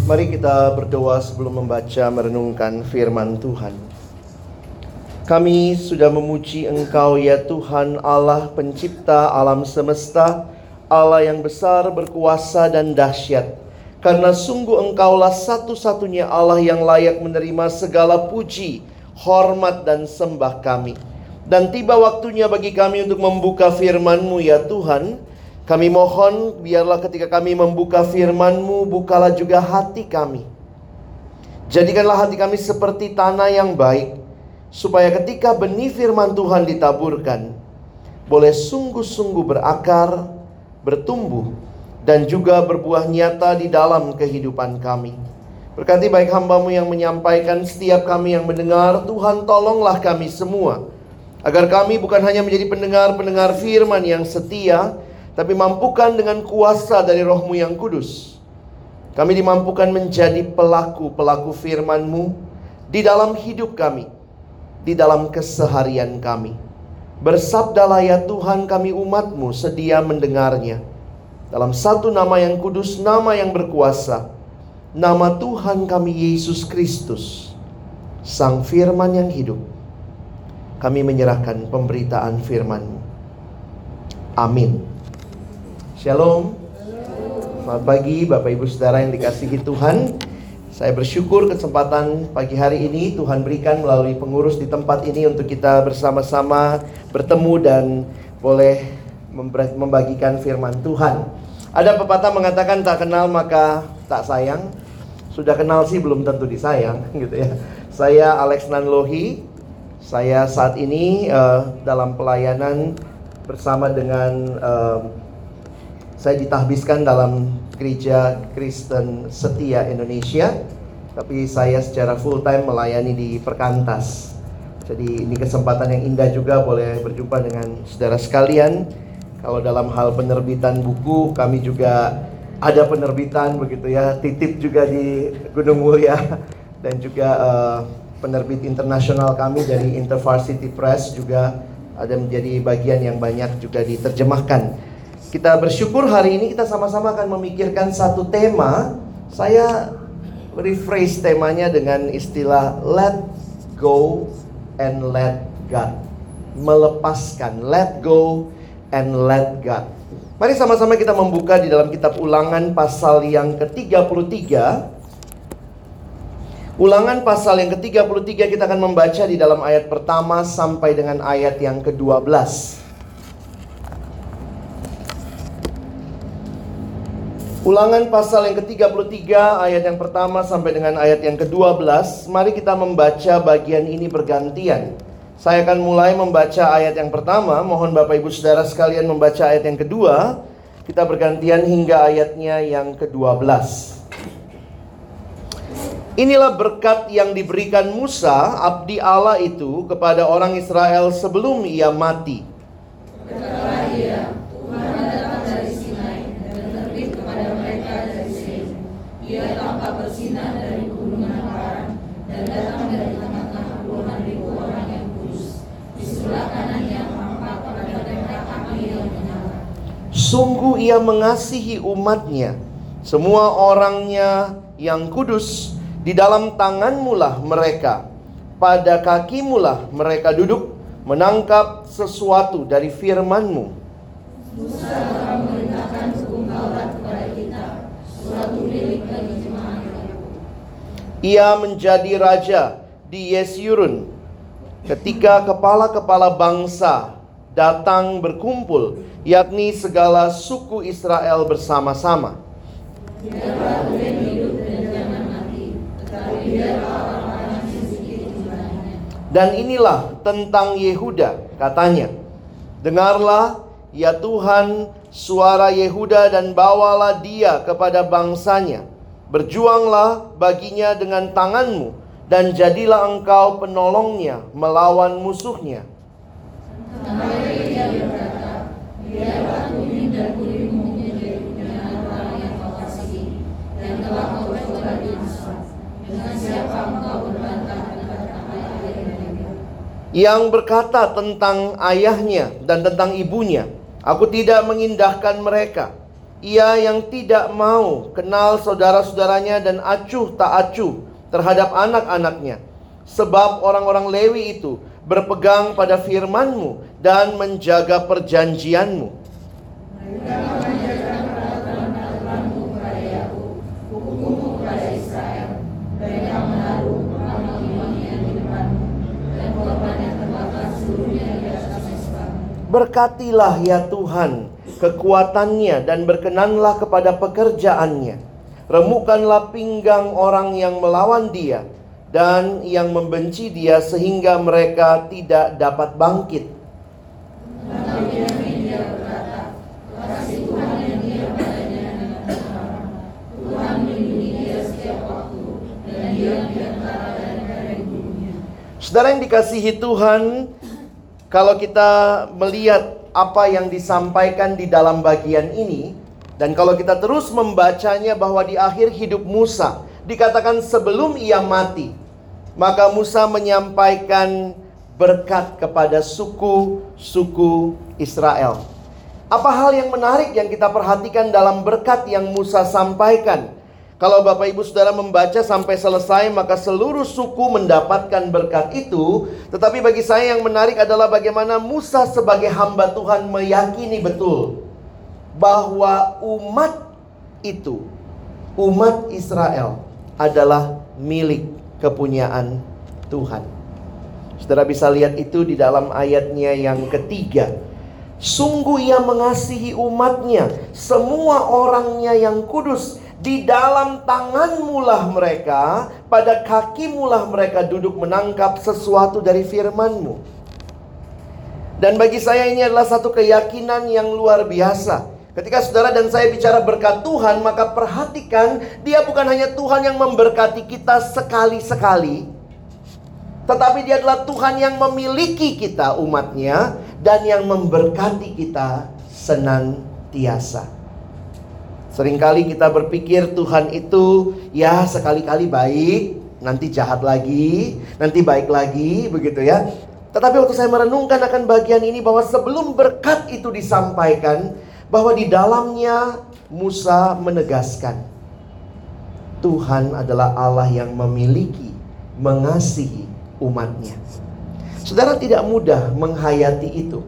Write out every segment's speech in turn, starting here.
Mari kita berdoa sebelum membaca merenungkan firman Tuhan. Kami sudah memuji Engkau ya Tuhan Allah pencipta alam semesta, Allah yang besar, berkuasa dan dahsyat. Karena sungguh Engkaulah satu-satunya Allah yang layak menerima segala puji, hormat dan sembah kami. Dan tiba waktunya bagi kami untuk membuka firman-Mu ya Tuhan. Kami mohon biarlah ketika kami membuka firman-Mu, bukalah juga hati kami. Jadikanlah hati kami seperti tanah yang baik, supaya ketika benih firman Tuhan ditaburkan, boleh sungguh-sungguh berakar, bertumbuh, dan juga berbuah nyata di dalam kehidupan kami. Berkati baik hamba-Mu yang menyampaikan, setiap kami yang mendengar. Tuhan tolonglah kami semua, agar kami bukan hanya menjadi pendengar-pendengar firman yang setia, tapi mampukan dengan kuasa dari Roh-Mu yang kudus, kami dimampukan menjadi pelaku-pelaku firman-Mu di dalam hidup kami, di dalam keseharian kami. Bersabdalah ya Tuhan, kami umat-Mu sedia mendengarnya. Dalam satu nama yang kudus, nama yang berkuasa, nama Tuhan kami Yesus Kristus, Sang Firman yang hidup, kami menyerahkan pemberitaan firman-Mu. Amin. Shalom. Selamat pagi Bapak Ibu Saudara yang dikasihi Tuhan. Saya bersyukur kesempatan pagi hari ini Tuhan berikan melalui pengurus di tempat ini untuk kita bersama-sama bertemu dan boleh membagikan firman Tuhan. Ada pepatah mengatakan tak kenal maka tak sayang. Sudah kenal sih belum tentu disayang gitu ya. Saya Alex Nanlohi. Saya saat ini dalam pelayanan bersama dengan saya ditahbiskan dalam Gereja Kristen Setia Indonesia, tapi saya secara full time melayani di Perkantas. Jadi ini kesempatan yang indah juga boleh berjumpa dengan saudara sekalian. Kalau dalam hal penerbitan buku, kami juga ada penerbitan begitu ya, titip juga di Gunung Mulia. Dan juga penerbit internasional kami dari InterVarsity Press juga ada menjadi bagian yang banyak juga diterjemahkan. Kita bersyukur hari ini kita sama-sama akan memikirkan satu tema. Saya rephrase temanya dengan istilah let go and let God. Melepaskan, let go and let God. Mari sama-sama kita membuka di dalam kitab Ulangan pasal yang ke-33. Ulangan pasal yang ke-33 kita akan membaca di dalam ayat pertama sampai dengan ayat yang ke-12. Ulangan pasal yang ke-33 ayat yang pertama sampai dengan ayat yang ke-12. Mari kita membaca bagian ini bergantian. Saya akan mulai membaca ayat yang pertama. Mohon Bapak Ibu Saudara sekalian membaca ayat yang kedua. Kita bergantian hingga ayatnya yang ke-12. Inilah berkat yang diberikan Musa, abdi Allah itu, kepada orang Israel sebelum ia mati. Berkatalah ia, Tuhan datang dari Sinai dan terbit kepada mereka dari Seir. Ia tampak bersinar dari gunungan Paran dan datang dari tengah-tengah puluhan ribu orang yang kudus. Di sebelah kanannya tampak kepada mereka api yang menyala. Sungguh ia mengasihi umatnya, semua orangnya yang kudus. Di dalam tanganmu-lah mereka, pada kakimu-lah mereka duduk, menangkap sesuatu dari firman-Mu. Musa telah memerintahkan hukum Taurat kepada kita, suatu milik bagi jemaatnya. Ia menjadi raja di Yesyurun ketika kepala-kepala bangsa datang berkumpul, yakni segala suku Israel bersama-sama. Biarlah Tuhan hidup dan jangan mati, tetapi biarlah orang-orang yang sedikit jumlahnya. Dan inilah tentang Yehuda, katanya, dengarlah ya Tuhan suara Yehuda dan bawalah dia kepada bangsanya. Berjuanglah baginya dengan tanganmu dan jadilah engkau penolongnya melawan musuhnya. Sampai ia berkata, biarlah Tumim dan Urimmu menjadi punyaan orang yang kau kasihi, dan telah kau coba di Mesra. Dengan siapa engkau berbantah tentang ayah mereka? Yang berkata tentang ayahnya dan tentang ibunya, aku tidak mengindahkan mereka. Ia yang tidak mau kenal saudara-saudaranya dan acuh tak acuh terhadap anak-anaknya. Sebab orang-orang Lewi itu berpegang pada firman-Mu dan menjaga perjanjian-Mu. Mereka mengajarkan peraturan-peraturan-Mu kepada Yakub, hukum-Mu kepada Israel. Mereka menaruh imam-imamnya di depan-Mu, dan korban yang terbakar seluruhnya di atas mezbah. Berkatilah ya Tuhan kekuatannya dan berkenanlah kepada pekerjaannya. Remukkanlah pinggang orang yang melawan dia dan yang membenci dia sehingga mereka tidak dapat bangkit. Tetapi dia berkata, kasih Tuhan yang dia padanya dan orang. Tuhan melindungi dia setiap waktu, dan dia di antara dari gurunya. Saudara yang dikasihi Tuhan, kalau kita melihat apa yang disampaikan di dalam bagian ini, dan kalau kita terus membacanya bahwa di akhir hidup Musa dikatakan sebelum ia mati, maka Musa menyampaikan berkat kepada suku-suku Israel. Apa hal yang menarik yang kita perhatikan dalam berkat yang Musa sampaikan? Kalau Bapak Ibu Saudara membaca sampai selesai, maka seluruh suku mendapatkan berkat itu. Tetapi bagi saya yang menarik adalah bagaimana Musa sebagai hamba Tuhan meyakini betul bahwa umat itu, umat Israel adalah milik kepunyaan Tuhan. Saudara bisa lihat itu di dalam ayatnya yang ketiga. Sungguh ia mengasihi umatnya, semua orangnya yang kudus. Di dalam tanganmu-lah mereka, pada kakimu-lah mereka duduk menangkap sesuatu dari firman-Mu. Dan bagi saya ini adalah satu keyakinan yang luar biasa. Ketika saudara dan saya bicara berkat Tuhan, maka perhatikan, dia bukan hanya Tuhan yang memberkati kita sekali-sekali, tetapi dia adalah Tuhan yang memiliki kita umatnya dan yang memberkati kita senantiasa. Seringkali kita berpikir Tuhan itu ya sekali-kali baik, nanti jahat lagi, nanti baik lagi, begitu ya. Tetapi waktu saya merenungkan akan bagian ini, bahwa sebelum berkat itu disampaikan, bahwa di dalamnya Musa menegaskan Tuhan adalah Allah yang memiliki, mengasihi umatnya. Saudara, tidak mudah menghayati itu.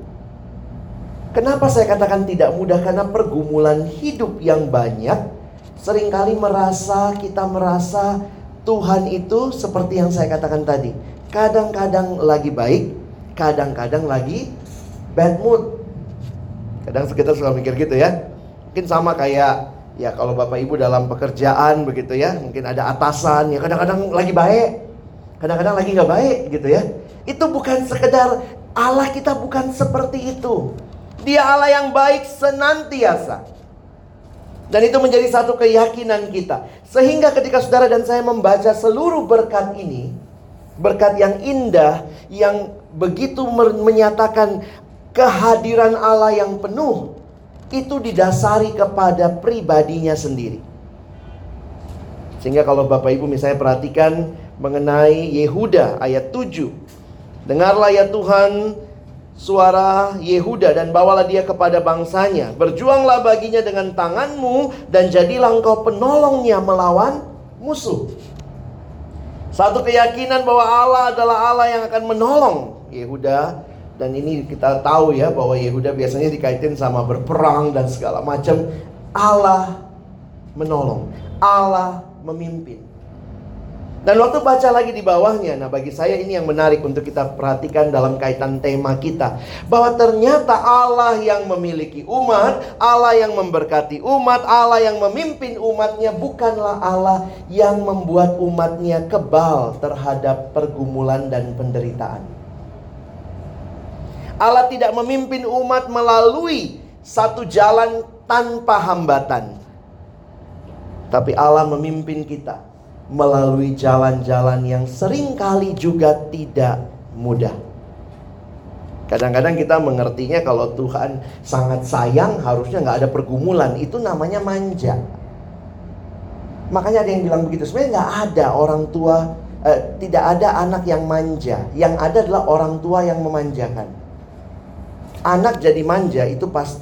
Kenapa saya katakan tidak mudah? Karena pergumulan hidup yang banyak, seringkali kita merasa Tuhan itu seperti yang saya katakan tadi. Kadang-kadang lagi baik, kadang-kadang lagi bad mood. Kadang kita suka mikir gitu ya. Mungkin sama kayak ya kalau Bapak Ibu dalam pekerjaan begitu ya. Mungkin ada atasan ya, kadang-kadang lagi baik, kadang-kadang lagi gak baik gitu ya. Itu bukan sekedar, Allah kita bukan seperti itu. Dia Allah yang baik senantiasa. Dan itu menjadi satu keyakinan kita. Sehingga ketika saudara dan saya membaca seluruh berkat ini, berkat yang indah, yang begitu menyatakan kehadiran Allah yang penuh, itu didasari kepada pribadinya sendiri. Sehingga kalau Bapak Ibu misalnya perhatikan mengenai Yehuda ayat 7. Dengarlah ya Tuhan suara Yehuda dan bawalah dia kepada bangsanya. Berjuanglah baginya dengan tanganmu dan jadilah engkau penolongnya melawan musuh. Satu keyakinan bahwa Allah adalah Allah yang akan menolong Yehuda. Dan ini kita tahu ya bahwa Yehuda biasanya dikaitin sama berperang dan segala macam. Allah menolong, Allah memimpin. Dan waktu baca lagi di bawahnya, nah bagi saya ini yang menarik untuk kita perhatikan dalam kaitan tema kita, bahwa ternyata Allah yang memiliki umat, Allah yang memberkati umat, Allah yang memimpin umatnya, bukanlah Allah yang membuat umatnya kebal terhadap pergumulan dan penderitaan. Allah tidak memimpin umat melalui satu jalan tanpa hambatan, tapi Allah memimpin kita melalui jalan-jalan yang seringkali juga tidak mudah. Kadang-kadang kita mengertinya kalau Tuhan sangat sayang, harusnya nggak ada pergumulan. Itu namanya manja. Makanya ada yang bilang begitu. Sebenarnya nggak ada orang tua, tidak ada anak yang manja. Yang ada adalah orang tua yang memanjakan. Anak jadi manja itu pasti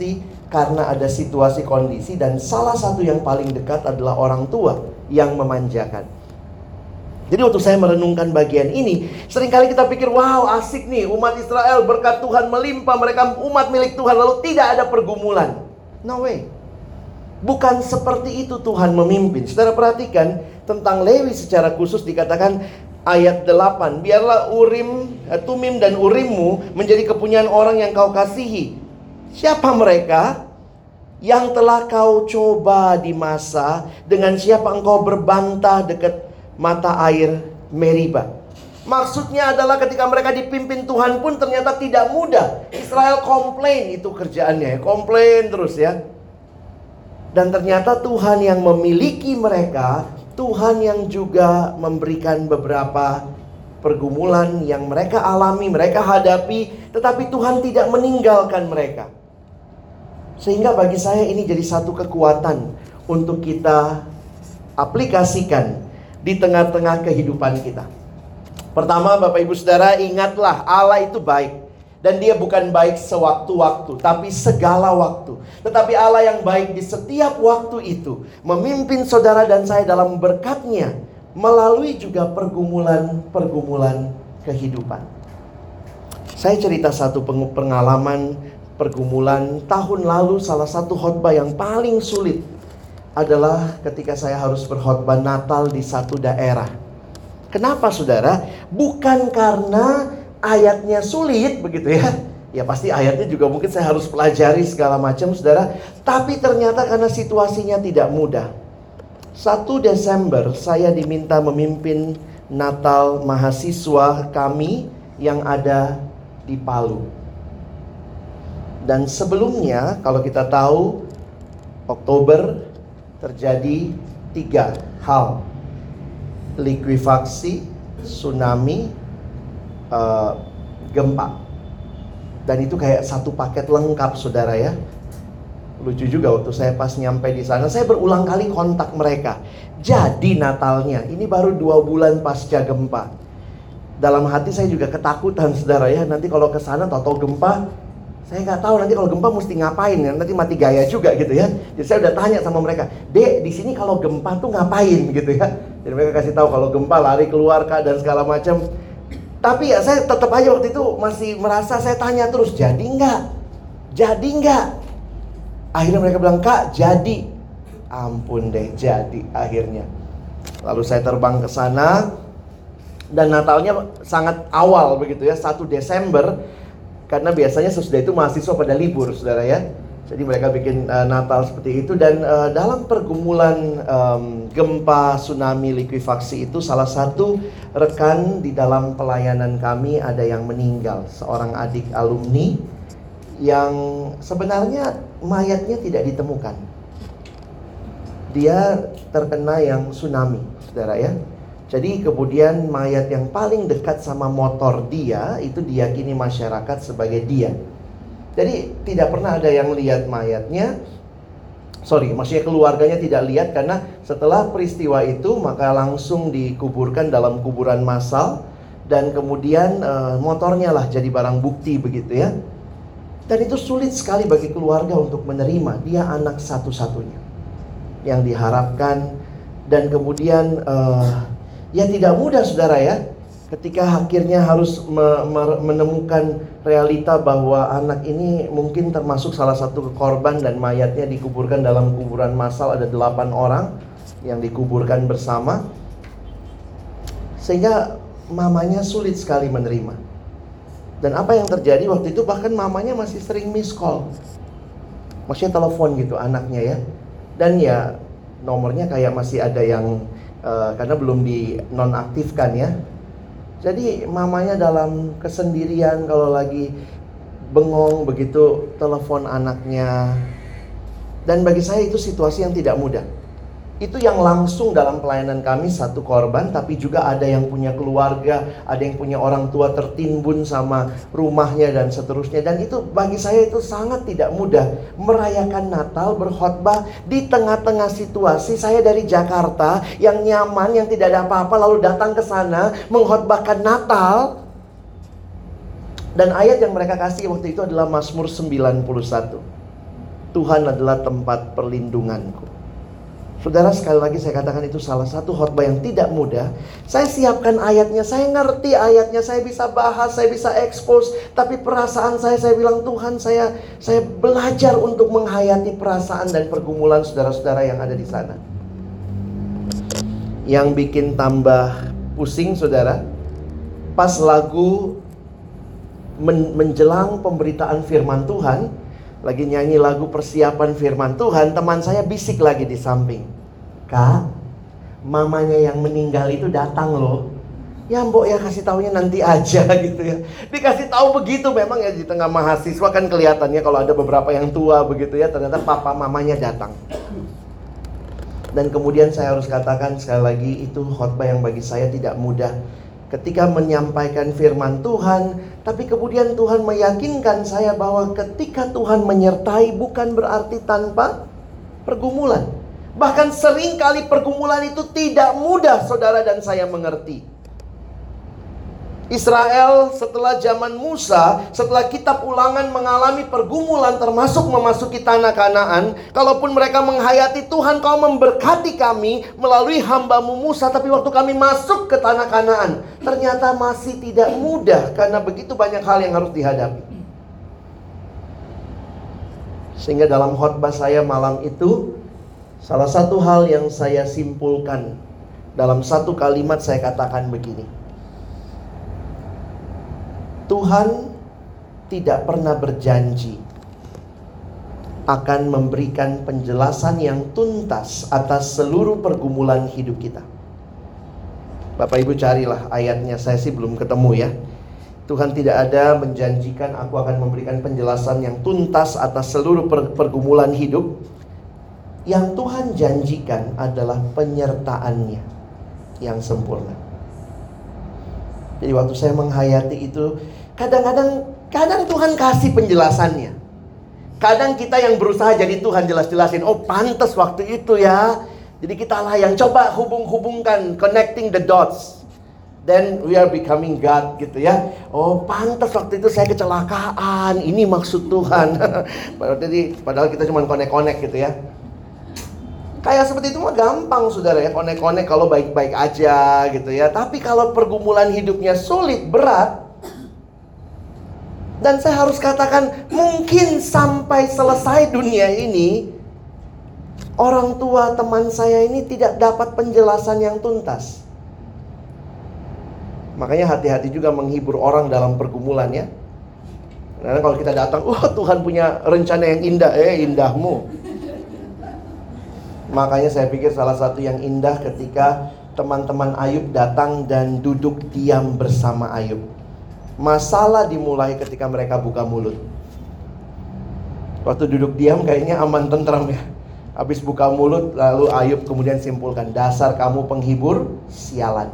karena ada situasi kondisi, dan salah satu yang paling dekat adalah orang tua yang memanjakan. Jadi waktu saya merenungkan bagian ini, seringkali kita pikir, wow asik nih, umat Israel berkat Tuhan melimpah, mereka umat milik Tuhan, lalu tidak ada pergumulan. No way. Bukan seperti itu Tuhan memimpin. Saudara perhatikan tentang Lewi secara khusus dikatakan ayat 8, biarlah Tumim dan Urimmu menjadi kepunyaan orang yang kau kasihi. Siapa mereka? Yang telah kau coba di masa, dengan siapa engkau berbantah dekat mata air Meriba. Maksudnya adalah ketika mereka dipimpin Tuhan pun ternyata tidak mudah. Israel komplain, itu kerjaannya, komplain terus ya. Dan ternyata Tuhan yang memiliki mereka, Tuhan yang juga memberikan beberapa pergumulan yang mereka alami, mereka hadapi, tetapi Tuhan tidak meninggalkan mereka. Sehingga bagi saya ini jadi satu kekuatan untuk kita aplikasikan di tengah-tengah kehidupan kita. Pertama, Bapak Ibu Saudara, ingatlah Allah itu baik. Dan Dia bukan baik sewaktu-waktu, tapi segala waktu. Tetapi Allah yang baik di setiap waktu itu memimpin saudara dan saya dalam berkat-Nya melalui juga pergumulan-pergumulan kehidupan. Saya cerita satu pengalaman pergumulan tahun lalu. Salah satu khotbah yang paling sulit adalah ketika saya harus berkhotbah Natal di satu daerah. Kenapa saudara? Bukan karena ayatnya sulit begitu ya. Ya pasti ayatnya juga mungkin saya harus pelajari segala macam saudara. Tapi ternyata karena situasinya tidak mudah. 1 Desember saya diminta memimpin Natal mahasiswa kami yang ada di Palu. Dan sebelumnya kalau kita tahu Oktober terjadi 3 hal. Likuifaksi, tsunami, gempa. Dan itu kayak satu paket lengkap saudara ya. Lucu juga waktu saya pas nyampe di sana, saya berulang kali kontak mereka. Jadi Natalnya ini baru 2 bulan pasca gempa. Dalam hati saya juga ketakutan saudara ya. Nanti kalau ke sana tahu gempa, saya nggak tahu nanti kalau gempa mesti ngapain ya. Nanti mati gaya juga gitu ya. Jadi saya udah tanya sama mereka, Dek di sini kalau gempa tuh ngapain gitu ya. Jadi mereka kasih tahu kalau gempa lari keluar Kak dan segala macam. Tapi ya saya tetap aja waktu itu masih merasa, saya tanya terus, jadi nggak? Jadi nggak? Akhirnya mereka bilang, Kak jadi. Ampun deh, jadi akhirnya. Lalu saya terbang ke sana. Dan Natalnya sangat awal begitu ya, 1 Desember. Karena biasanya sesudah itu mahasiswa pada libur saudara ya. Jadi mereka bikin Natal seperti itu. Dan dalam pergumulan gempa, tsunami, likuifaksi itu, salah satu rekan di dalam pelayanan kami ada yang meninggal. Seorang adik alumni yang sebenarnya mayatnya tidak ditemukan. Dia terkena yang tsunami saudara ya. Jadi kemudian mayat yang paling dekat sama motor dia itu diyakini masyarakat sebagai dia. Jadi tidak pernah ada yang lihat mayatnya. Maksudnya keluarganya tidak lihat karena setelah peristiwa itu maka langsung dikuburkan dalam kuburan massal. Dan kemudian motornya lah jadi barang bukti begitu ya. Dan itu sulit sekali bagi keluarga untuk menerima. Dia anak satu-satunya yang diharapkan. Dan kemudian ya tidak mudah saudara ya. Ketika akhirnya harus menemukan realita bahwa anak ini mungkin termasuk salah satu korban dan mayatnya dikuburkan dalam kuburan massal, ada 8 orang yang dikuburkan bersama. Sehingga mamanya sulit sekali menerima. Dan apa yang terjadi waktu itu, bahkan mamanya masih sering miss call. Maksudnya telepon gitu anaknya ya. Dan ya nomornya kayak masih ada yang karena belum di nonaktifkan ya. Jadi mamanya dalam kesendirian kalau lagi bengong begitu telepon anaknya. Dan bagi saya itu situasi yang tidak mudah. Itu yang langsung dalam pelayanan kami satu korban, tapi juga ada yang punya keluarga, ada yang punya orang tua tertimbun sama rumahnya dan seterusnya. Dan itu bagi saya itu sangat tidak mudah merayakan Natal, berkhotbah di tengah-tengah situasi saya dari Jakarta yang nyaman, yang tidak ada apa-apa, lalu datang ke sana mengkhotbahkan Natal. Dan ayat yang mereka kasih waktu itu adalah Mazmur 91. Tuhan adalah tempat perlindunganku. Saudara, sekali lagi saya katakan itu salah satu khotbah yang tidak mudah. Saya siapkan ayatnya, saya ngerti ayatnya, saya bisa bahas, saya bisa expose. Tapi perasaan saya bilang, Tuhan, saya belajar untuk menghayati perasaan dan pergumulan saudara-saudara yang ada di sana. Yang bikin tambah pusing, saudara, pas lagu menjelang pemberitaan firman Tuhan, lagi nyanyi lagu persiapan firman Tuhan, teman saya bisik lagi di samping, Kak, mamanya yang meninggal itu datang loh. Ya mbok ya, kasih taunya nanti aja gitu ya. Dikasih tahu begitu, memang ya di tengah mahasiswa kan kelihatannya kalau ada beberapa yang tua begitu ya, ternyata papa mamanya datang. Dan kemudian saya harus katakan sekali lagi, itu khotbah yang bagi saya tidak mudah. Ketika menyampaikan firman Tuhan, tapi kemudian Tuhan meyakinkan saya bahwa ketika Tuhan menyertai bukan berarti tanpa pergumulan. Bahkan seringkali pergumulan itu tidak mudah saudara dan saya mengerti. Israel setelah zaman Musa, setelah kitab Ulangan mengalami pergumulan termasuk memasuki tanah Kanaan. Kalaupun mereka menghayati, Tuhan kau memberkati kami melalui hamba-Mu Musa, tapi waktu kami masuk ke tanah Kanaan, ternyata masih tidak mudah karena begitu banyak hal yang harus dihadapi. Sehingga dalam khotbah saya malam itu, salah satu hal yang saya simpulkan dalam satu kalimat, saya katakan begini: Tuhan tidak pernah berjanji akan memberikan penjelasan yang tuntas atas seluruh pergumulan hidup kita. Bapak Ibu carilah ayatnya, saya sih belum ketemu ya. Tuhan tidak ada menjanjikan aku akan memberikan penjelasan yang tuntas atas seluruh pergumulan hidup. Yang Tuhan janjikan adalah penyertaan-Nya yang sempurna. Jadi waktu saya menghayati itu, kadang Tuhan kasih penjelasannya. Kadang kita yang berusaha jadi Tuhan jelas-jelasin, oh pantas waktu itu ya. Jadi kita lah yang coba hubung-hubungkan, connecting the dots. Then we are becoming God gitu ya. Oh pantas waktu itu saya kecelakaan, ini maksud Tuhan. Padahal kita cuma connect-connect gitu ya. Kayak seperti itu mah gampang saudara ya, konek-konek kalau baik-baik aja gitu ya. Tapi kalau pergumulan hidupnya sulit, berat, dan saya harus katakan, mungkin sampai selesai dunia ini, orang tua teman saya ini tidak dapat penjelasan yang tuntas. Makanya hati-hati juga menghibur orang dalam pergumulan ya. Karena kalau kita datang, Tuhan punya rencana yang indah, indahmu. Makanya saya pikir salah satu yang indah ketika teman-teman Ayub datang dan duduk diam bersama Ayub. Masalah dimulai ketika mereka buka mulut. Waktu duduk diam kayaknya aman tentram ya. Habis buka mulut lalu Ayub kemudian simpulkan, dasar kamu penghibur, sialan.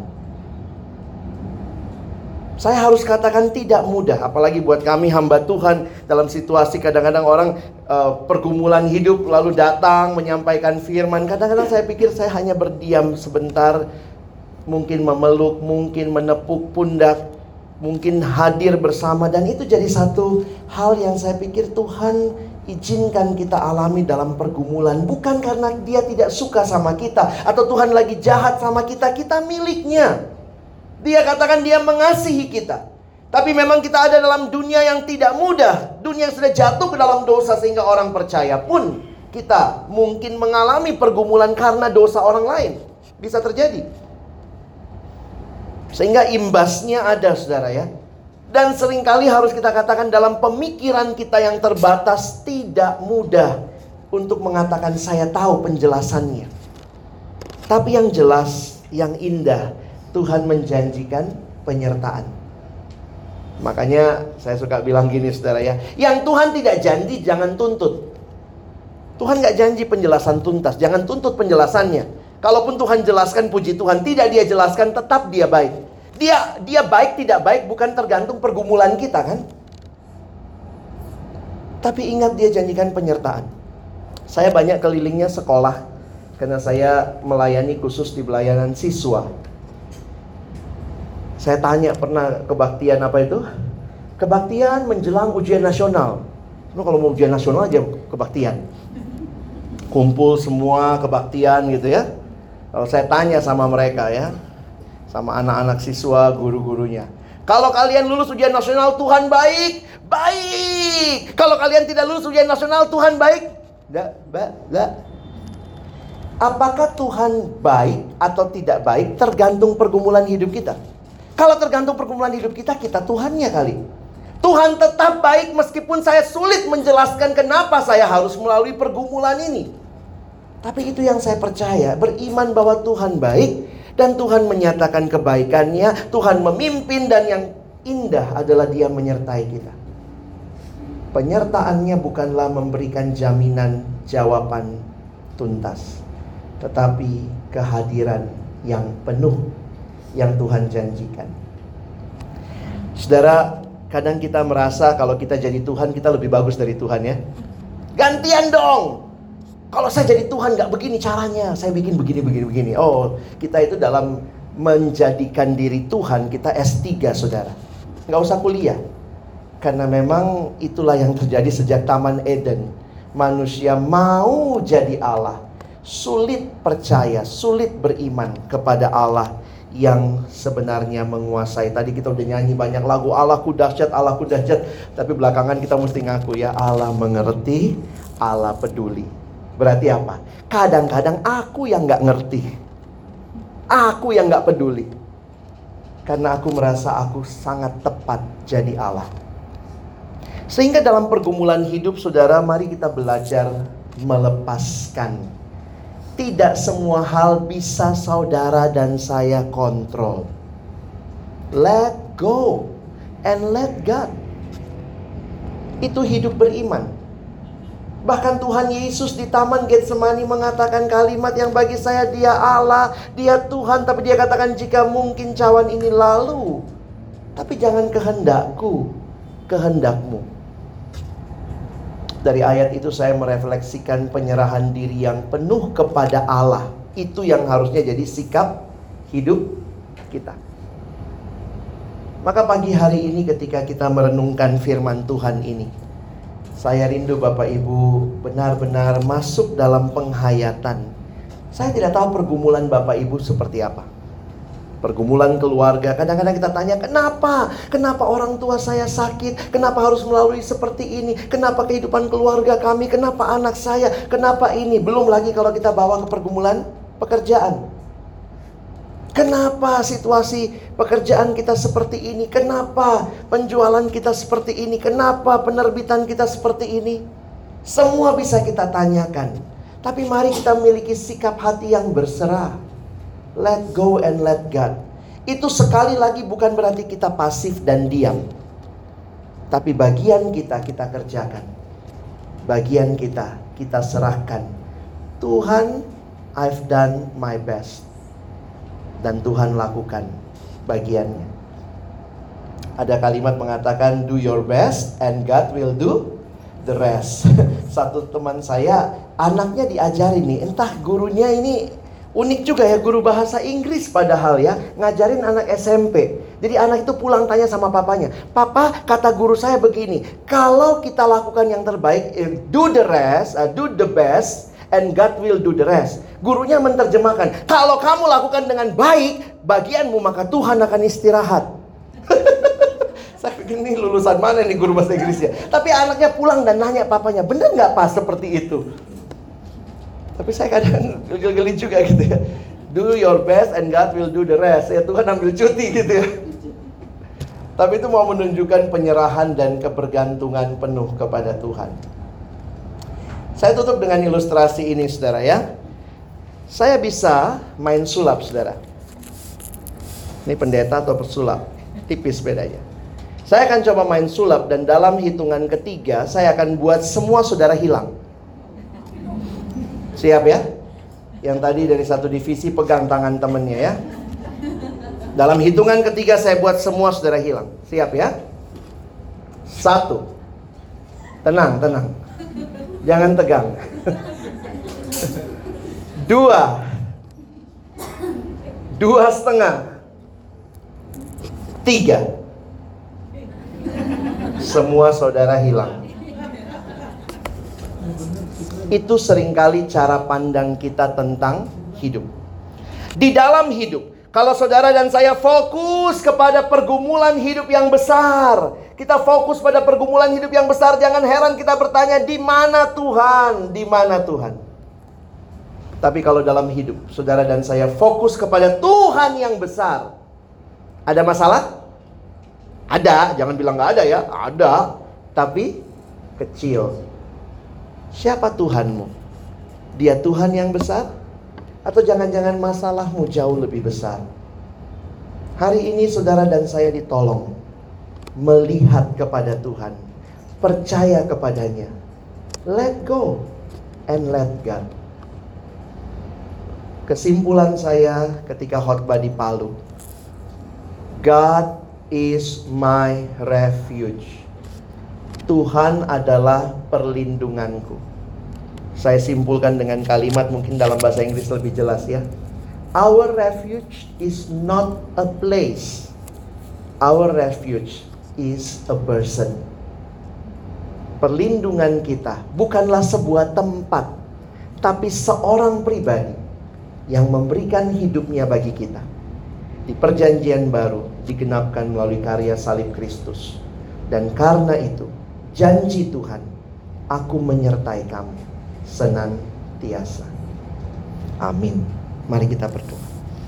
Saya harus katakan tidak mudah, apalagi buat kami hamba Tuhan dalam situasi kadang-kadang orang pergumulan hidup lalu datang menyampaikan firman. Kadang-kadang saya pikir saya hanya berdiam sebentar, mungkin memeluk, mungkin menepuk pundak, mungkin hadir bersama, dan itu jadi satu hal yang saya pikir Tuhan izinkan kita alami dalam pergumulan. Bukan karena Dia tidak suka sama kita atau Tuhan lagi jahat sama kita, kita miliknya. Dia katakan Dia mengasihi kita. Tapi memang kita ada dalam dunia yang tidak mudah. Dunia yang sudah jatuh ke dalam dosa sehingga orang percaya pun kita mungkin mengalami pergumulan karena dosa orang lain. Bisa terjadi. Sehingga imbasnya ada saudara ya. Dan seringkali harus kita katakan dalam pemikiran kita yang terbatas tidak mudah untuk mengatakan saya tahu penjelasannya. Tapi yang jelas, yang indah, Tuhan menjanjikan penyertaan. Makanya saya suka bilang gini saudara ya, yang Tuhan tidak janji jangan tuntut. Tuhan gak janji penjelasan tuntas, jangan tuntut penjelasannya. Kalaupun Tuhan jelaskan, puji Tuhan, tidak Dia jelaskan, tetap Dia baik. Dia baik tidak baik bukan tergantung pergumulan kita kan. Tapi ingat Dia janjikan penyertaan. Saya banyak kelilingnya sekolah, karena saya melayani khusus di pelayanan siswa. Saya tanya pernah kebaktian apa itu? Kebaktian menjelang ujian nasional. Lu kalau mau ujian nasional aja kebaktian. Kumpul semua kebaktian gitu ya. Kalau saya tanya sama mereka ya, sama anak-anak siswa, guru-gurunya, kalau kalian lulus ujian nasional, Tuhan baik, baik. Kalau kalian tidak lulus ujian nasional, Tuhan baik, enggak. Apakah Tuhan baik atau tidak baik tergantung pergumulan hidup kita. Kalau tergantung pergumulan hidup kita, kita Tuhannya kali. Tuhan tetap baik meskipun saya sulit menjelaskan kenapa saya harus melalui pergumulan ini. Tapi itu yang saya percaya, beriman bahwa Tuhan baik dan Tuhan menyatakan kebaikannya, Tuhan memimpin, dan yang indah adalah Dia menyertai kita. Penyertaannya bukanlah memberikan jaminan jawaban tuntas, tetapi kehadiran yang penuh yang Tuhan janjikan. Saudara, kadang kita merasa kalau kita jadi Tuhan, kita lebih bagus dari Tuhan ya. Gantian dong. Kalau saya jadi Tuhan gak begini caranya, saya bikin begini. Oh, kita itu dalam menjadikan diri Tuhan, kita S3 saudara. Gak usah kuliah. Karena memang itulah yang terjadi sejak Taman Eden. Manusia mau jadi Allah, sulit percaya, sulit beriman kepada Allah yang sebenarnya menguasai. Tadi kita udah nyanyi banyak lagu, Allahku dahsyat, Allahku dahsyat. Tapi belakangan kita mesti ngaku ya, Allah mengerti, Allah peduli. Berarti apa? Kadang-kadang aku yang gak ngerti, aku yang gak peduli, karena aku merasa aku sangat tepat jadi Allah. Sehingga dalam pergumulan hidup saudara, mari kita belajar melepaskan. Tidak semua hal bisa saudara dan saya kontrol. Let go and let God. Itu hidup beriman. Bahkan Tuhan Yesus di Taman Getsemani mengatakan kalimat yang bagi saya, Dia Allah, Dia Tuhan. Tapi Dia katakan, jika mungkin cawan ini lalu, tapi jangan kehendakku, kehendakmu. Dari ayat itu saya merefleksikan penyerahan diri yang penuh kepada Allah. Itu yang harusnya jadi sikap hidup kita. Maka pagi hari ini ketika kita merenungkan firman Tuhan ini, saya rindu Bapak Ibu benar-benar masuk dalam penghayatan. Saya tidak tahu pergumulan Bapak Ibu seperti apa. Pergumulan keluarga, kadang-kadang kita tanya, kenapa? Kenapa orang tua saya sakit? Kenapa harus melalui seperti ini? Kenapa kehidupan keluarga kami? Kenapa anak saya? Kenapa ini? Belum lagi kalau kita bawa ke pergumulan pekerjaan. Kenapa situasi pekerjaan kita seperti ini? Kenapa penjualan kita seperti ini? Kenapa penerbitan kita seperti ini? Semua bisa kita tanyakan. Tapi mari kita memiliki sikap hati yang berserah. Let go and let God. Itu sekali lagi bukan berarti kita pasif dan diam. Tapi bagian kita kerjakan. Bagian kita serahkan. Tuhan, I've done my best. Dan Tuhan lakukan bagiannya. Ada kalimat mengatakan, do your best and God will do the rest. Satu teman saya, anaknya diajarin nih, entah gurunya ini unik juga ya, guru bahasa Inggris padahal ya, ngajarin anak SMP. Jadi anak itu pulang tanya sama papanya, Papa, kata guru saya begini, kalau kita lakukan yang terbaik, do the rest, do the best, and God will do the rest. Gurunya menerjemahkan, kalau kamu lakukan dengan baik bagianmu, maka Tuhan akan istirahat. Saya pikir ini lulusan mana nih guru bahasa Inggrisnya. Tapi anaknya pulang dan nanya papanya, bener gak Pak seperti itu? Tapi saya kadang geli-geli juga gitu ya. Do your best and God will do the rest. Ya Tuhan ambil cuti gitu ya. Tapi itu mau menunjukkan penyerahan dan kebergantungan penuh kepada Tuhan. Saya tutup dengan ilustrasi ini saudara ya. Saya bisa main sulap saudara. Ini pendeta atau pesulap, tipis bedanya. Saya akan coba main sulap dan dalam hitungan ketiga saya akan buat semua saudara hilang. Siap ya? Yang tadi dari satu divisi pegang tangan temennya ya. Dalam hitungan ketiga saya buat semua saudara hilang. Siap ya? 1. Tenang. Jangan tegang. 2. 2,5. 3. Semua saudara hilang. Itu seringkali cara pandang kita tentang hidup. Di dalam hidup, kalau saudara dan saya fokus kepada pergumulan hidup yang besar, kita fokus pada pergumulan hidup yang besar, jangan heran kita bertanya, di mana Tuhan? Di mana Tuhan? Tapi kalau dalam hidup, saudara dan saya fokus kepada Tuhan yang besar, ada masalah? Ada, jangan bilang nggak ada ya. Ada, tapi kecil. Siapa Tuhanmu? Dia Tuhan yang besar? Atau jangan-jangan masalahmu jauh lebih besar? Hari ini saudara dan saya ditolong melihat kepada Tuhan, percaya kepadanya. Let go and let God. Kesimpulan saya ketika khotbah di Palu, God is my refuge. Tuhan adalah perlindunganku. Saya simpulkan dengan kalimat mungkin dalam bahasa Inggris lebih jelas ya. Our refuge is not a place. Our refuge is a person. Perlindungan kita bukanlah sebuah tempat, tapi seorang pribadi yang memberikan hidupnya bagi kita. Di perjanjian baru digenapkan melalui karya salib Kristus. Dan karena itu, janji Tuhan, aku menyertai kamu senantiasa. Amin. Mari kita berdoa.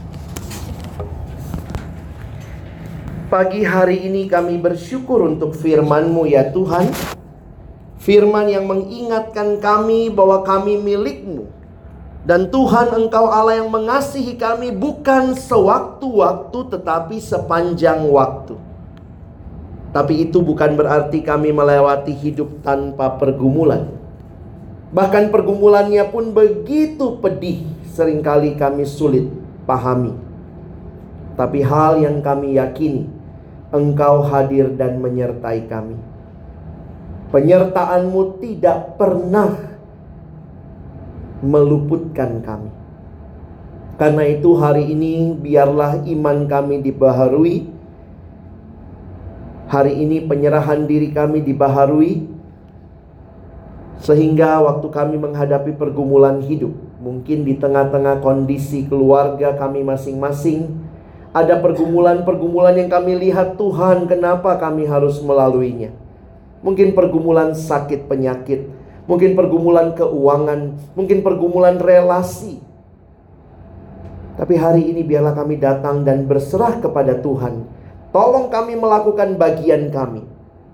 Pagi hari ini kami bersyukur untuk firman-Mu ya Tuhan. Firman yang mengingatkan kami bahwa kami milik-Mu. Dan Tuhan, Engkau Allah yang mengasihi kami bukan sewaktu-waktu tetapi sepanjang waktu. Tapi itu bukan berarti kami melewati hidup tanpa pergumulan. Bahkan pergumulannya pun begitu pedih, seringkali kami sulit pahami. Tapi hal yang kami yakini, Engkau hadir dan menyertai kami. Penyertaan-Mu tidak pernah meluputkan kami. Karena itu hari ini biarlah iman kami dibaharui. Hari ini penyerahan diri kami dibaharui. Sehingga waktu kami menghadapi pergumulan hidup, mungkin di tengah-tengah kondisi keluarga kami masing-masing, ada pergumulan-pergumulan yang kami lihat, Tuhan, kenapa kami harus melaluinya? Mungkin pergumulan sakit penyakit, mungkin pergumulan keuangan, mungkin pergumulan relasi. Tapi hari ini biarlah kami datang dan berserah kepada Tuhan. Tolong kami melakukan bagian kami.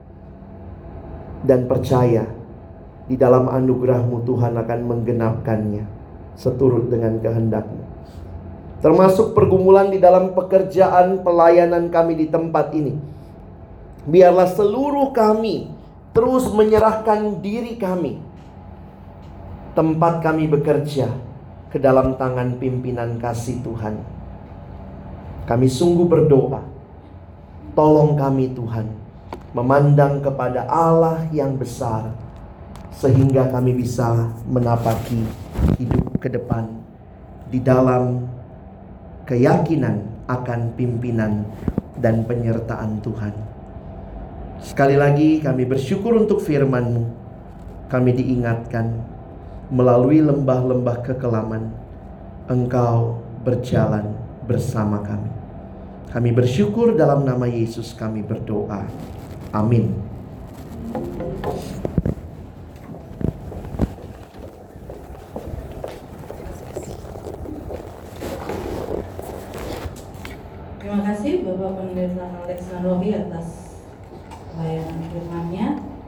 Dan percaya di dalam anugerah-Mu Tuhan akan menggenapkannya seturut dengan kehendak-Mu. Termasuk pergumulan di dalam pekerjaan pelayanan kami di tempat ini. Biarlah seluruh kami terus menyerahkan diri kami, tempat kami bekerja, ke dalam tangan pimpinan kasih Tuhan. Kami sungguh berdoa, tolong kami Tuhan, memandang kepada Allah yang besar, sehingga kami bisa menapaki hidup ke depan di dalam keyakinan akan pimpinan dan penyertaan Tuhan. Sekali lagi kami bersyukur untuk firman-Mu. Kami diingatkan melalui lembah-lembah kekelaman, Engkau berjalan bersama kami. Kami bersyukur dalam nama Yesus kami berdoa. Amin. Terima kasih Bapak Pendeta Alex Nanrohi atas